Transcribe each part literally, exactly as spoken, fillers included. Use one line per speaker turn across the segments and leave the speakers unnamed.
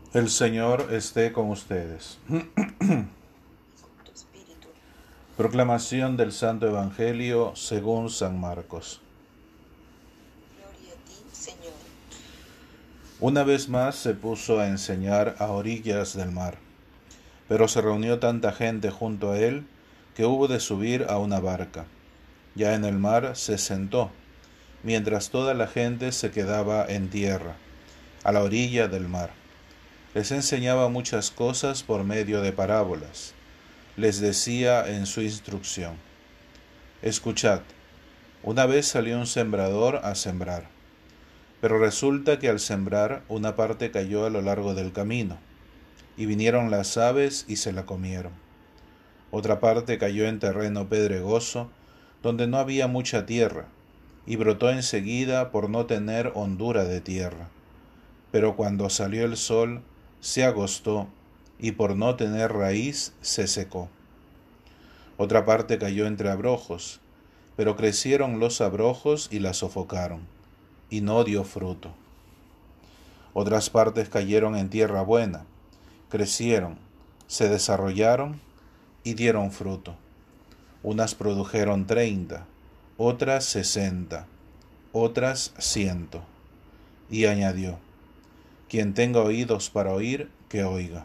El Señor esté con ustedes.
Tu espíritu.
Proclamación del Santo Evangelio según San Marcos.
Gloria a ti, Señor.
Una vez más se puso a enseñar a orillas del mar, pero se reunió tanta gente junto a él que hubo de subir a una barca. Ya en el mar se sentó, mientras toda la gente se quedaba en tierra, a la orilla del mar. Les enseñaba muchas cosas por medio de parábolas. Les decía en su instrucción: Escuchad, una vez salió un sembrador a sembrar, pero resulta que al sembrar una parte cayó a lo largo del camino, y vinieron las aves y se la comieron. Otra parte cayó en terreno pedregoso, donde no había mucha tierra, y brotó enseguida por no tener hondura de tierra. Pero cuando salió el sol, se agostó, y por no tener raíz se secó. Otra parte cayó entre abrojos, pero crecieron los abrojos y la sofocaron, y no dio fruto. Otras partes cayeron en tierra buena, crecieron, se desarrollaron y dieron fruto. Unas produjeron treinta, otras sesenta, otras ciento. Y añadió: Quien tenga oídos para oír, que oiga.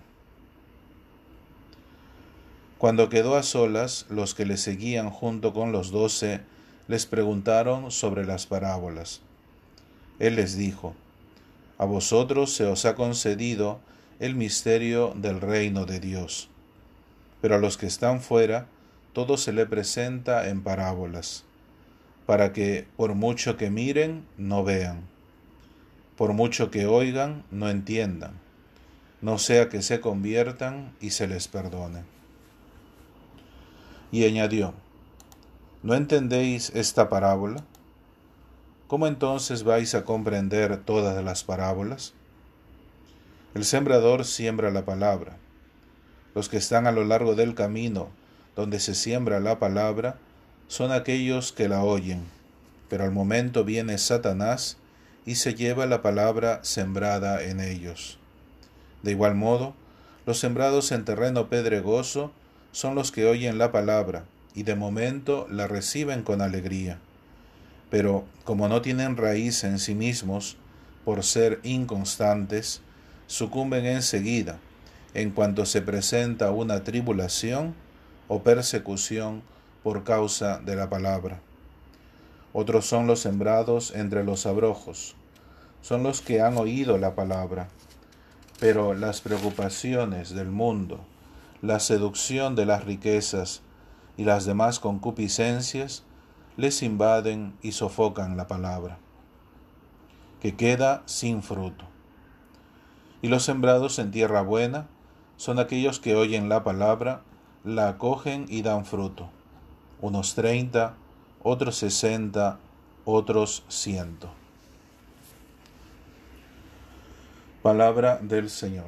Cuando quedó a solas, los que le seguían junto con los doce les preguntaron sobre las parábolas. Él les dijo: A vosotros se os ha concedido el misterio del reino de Dios, pero a los que están fuera, todo se le presenta en parábolas, para que, por mucho que miren, no vean, por mucho que oigan, no entiendan, no sea que se conviertan y se les perdone. Y añadió: ¿No entendéis esta parábola? ¿Cómo entonces vais a comprender todas las parábolas? El sembrador siembra la palabra. Los que están a lo largo del camino donde se siembra la palabra son aquellos que la oyen, pero al momento viene Satanás y se lleva la palabra sembrada en ellos. De igual modo, los sembrados en terreno pedregoso son los que oyen la palabra y de momento la reciben con alegría. Pero como no tienen raíz en sí mismos, por ser inconstantes, sucumben enseguida, en cuanto se presenta una tribulación o persecución por causa de la palabra. Otros son los sembrados entre los abrojos, son los que han oído la palabra, pero las preocupaciones del mundo, la seducción de las riquezas y las demás concupiscencias les invaden y sofocan la palabra, que queda sin fruto. Y los sembrados en tierra buena son aquellos que oyen la palabra, la acogen y dan fruto, unos treinta, otros sesenta, otros ciento. Palabra del Señor.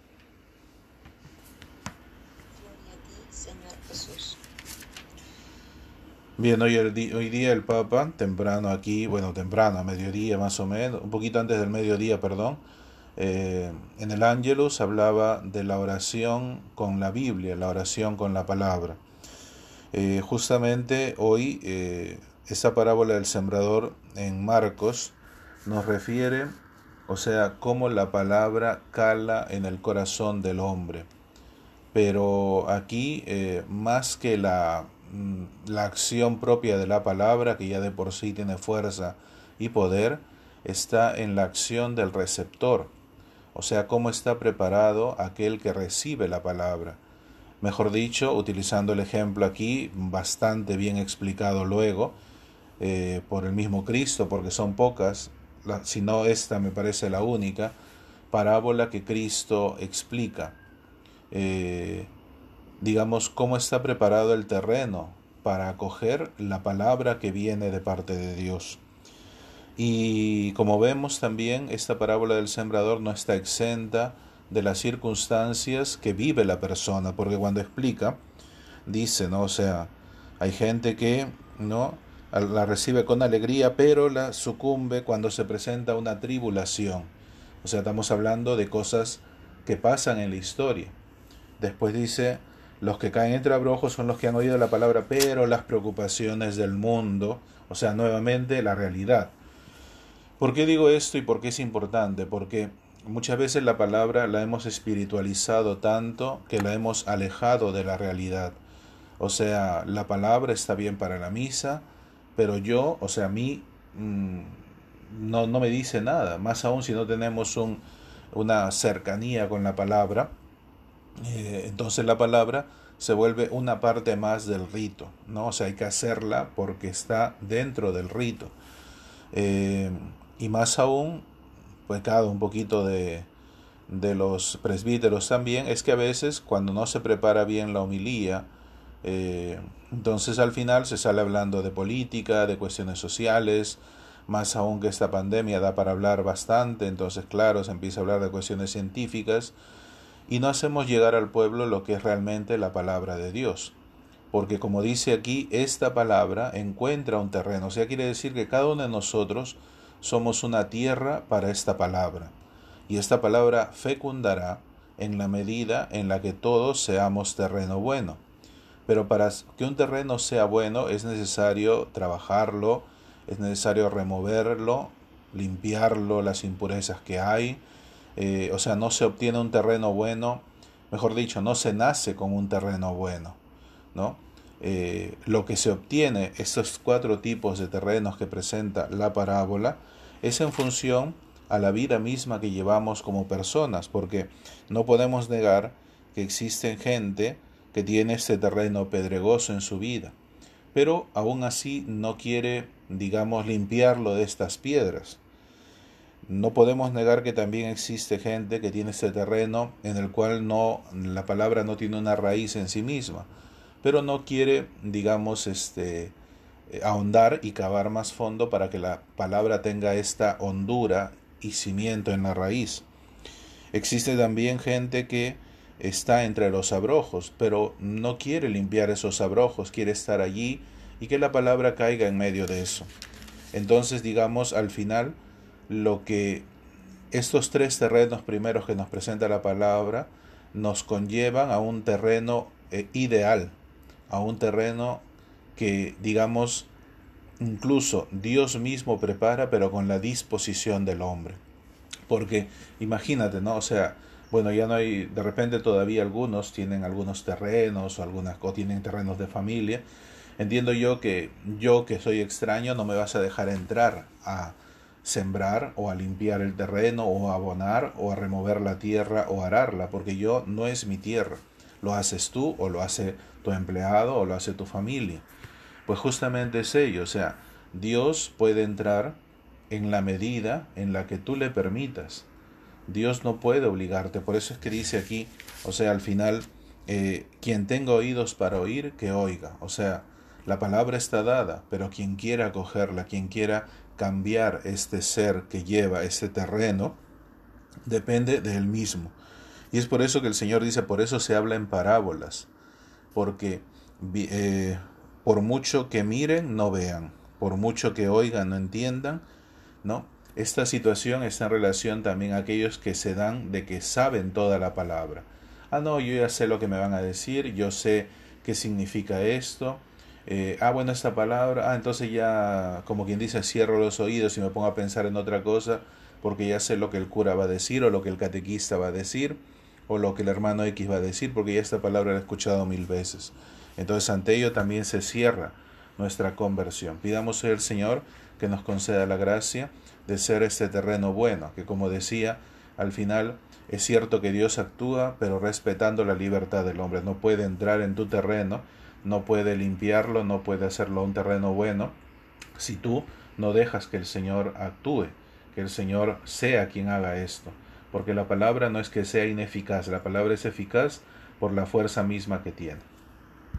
Gloria a ti, Señor Jesús.
Bien, hoy, el di- hoy día el Papa, temprano aquí, bueno, temprano, a mediodía más o menos, un poquito antes del mediodía, perdón, eh, en el Ángelus hablaba de la oración con la Biblia, la oración con la palabra. Eh, justamente hoy, eh, esa parábola del sembrador en Marcos nos refiere, o sea, cómo la palabra cala en el corazón del hombre. Pero aquí, eh, más que la, mm, la acción propia de la palabra, que ya de por sí tiene fuerza y poder, está en la acción del receptor, o sea, cómo está preparado aquel que recibe la palabra. Mejor dicho, utilizando el ejemplo aquí, bastante bien explicado luego, eh, por el mismo Cristo, porque son pocas, la, si no esta me parece la única parábola que Cristo explica. Eh, digamos, cómo está preparado el terreno para acoger la palabra que viene de parte de Dios. Y como vemos también, esta parábola del sembrador no está exenta de las circunstancias que vive la persona, porque cuando explica, dice, ¿no? O sea, hay gente que, ¿no? La recibe con alegría, pero la sucumbe cuando se presenta una tribulación. O sea, estamos hablando de cosas que pasan en la historia. Después dice, los que caen entre abrojos son los que han oído la palabra, pero las preocupaciones del mundo, o sea, nuevamente la realidad. ¿Por qué digo esto y por qué es importante? Porque muchas veces la palabra la hemos espiritualizado tanto que la hemos alejado de la realidad. O sea, la palabra está bien para la misa, pero yo, o sea, a mí mmm, no, no me dice nada. Más aún si no tenemos un, una cercanía con la palabra, eh, entonces la palabra se vuelve una parte más del rito, ¿no? O sea, hay que hacerla porque está dentro del rito. Eh, y más aún, pecado un poquito de, de los presbíteros también, es que a veces cuando no se prepara bien la homilía, eh, entonces al final se sale hablando de política, de cuestiones sociales, más aún que esta pandemia da para hablar bastante, entonces claro, se empieza a hablar de cuestiones científicas y no hacemos llegar al pueblo lo que es realmente la palabra de Dios. Porque como dice aquí, esta palabra encuentra un terreno, o sea, quiere decir que cada uno de nosotros somos una tierra para esta palabra. Y esta palabra fecundará en la medida en la que todos seamos terreno bueno. Pero para que un terreno sea bueno es necesario trabajarlo, es necesario removerlo, limpiarlo, las impurezas que hay. Eh, o sea, no se obtiene un terreno bueno, mejor dicho, no se nace con un terreno bueno, ¿no? Eh, lo que se obtiene, estos cuatro tipos de terrenos que presenta la parábola, es en función a la vida misma que llevamos como personas, porque no podemos negar que existen gente que tiene este terreno pedregoso en su vida, pero aún así no quiere, digamos, limpiarlo de estas piedras. No podemos negar que también existe gente que tiene este terreno en el cual no, la palabra no tiene una raíz en sí misma, pero no quiere, digamos, este, ahondar y cavar más fondo para que la palabra tenga esta hondura y cimiento en la raíz. Existe también gente que está entre los abrojos, pero no quiere limpiar esos abrojos, quiere estar allí y que la palabra caiga en medio de eso. Entonces, digamos, al final, lo que estos tres terrenos primeros que nos presenta la palabra nos conllevan a un terreno eh, ideal, a un terreno que, digamos, incluso Dios mismo prepara, pero con la disposición del hombre. Porque imagínate, ¿no? O sea, bueno, ya no hay, de repente todavía algunos tienen algunos terrenos o algunas o tienen terrenos de familia. Entiendo yo que yo que soy extraño no me vas a dejar entrar a sembrar o a limpiar el terreno o a abonar o a remover la tierra o ararla, porque yo no es mi tierra. Lo haces tú o lo hace tu empleado o lo hace tu familia. Pues justamente es ello, o sea, Dios puede entrar en la medida en la que tú le permitas. Dios no puede obligarte, por eso es que dice aquí, o sea, al final, eh, quien tenga oídos para oír, que oiga. O sea, la palabra está dada, pero quien quiera acogerla, quien quiera cambiar este ser que lleva este terreno, depende de él mismo. Y es por eso que el Señor dice, por eso se habla en parábolas, porque eh, por mucho que miren, no vean, por mucho que oigan, no entiendan, ¿no? Esta situación está en relación también a aquellos que se dan de que saben toda la palabra. Ah, no, yo ya sé lo que me van a decir, yo sé qué significa esto. Eh, ah, bueno, esta palabra, ah, entonces ya, como quien dice, cierro los oídos y me pongo a pensar en otra cosa, porque ya sé lo que el cura va a decir, o lo que el catequista va a decir, o lo que el hermano X va a decir, porque ya esta palabra la he escuchado mil veces. Entonces, ante ello también se cierra nuestra conversión. Pidamos al Señor que nos conceda la gracia de ser este terreno bueno, que como decía, al final es cierto que Dios actúa, pero respetando la libertad del hombre. No puede entrar en tu terreno, no puede limpiarlo, no puede hacerlo un terreno bueno, si tú no dejas que el Señor actúe, que el Señor sea quien haga esto. Porque la palabra no es que sea ineficaz, la palabra es eficaz por la fuerza misma que tiene.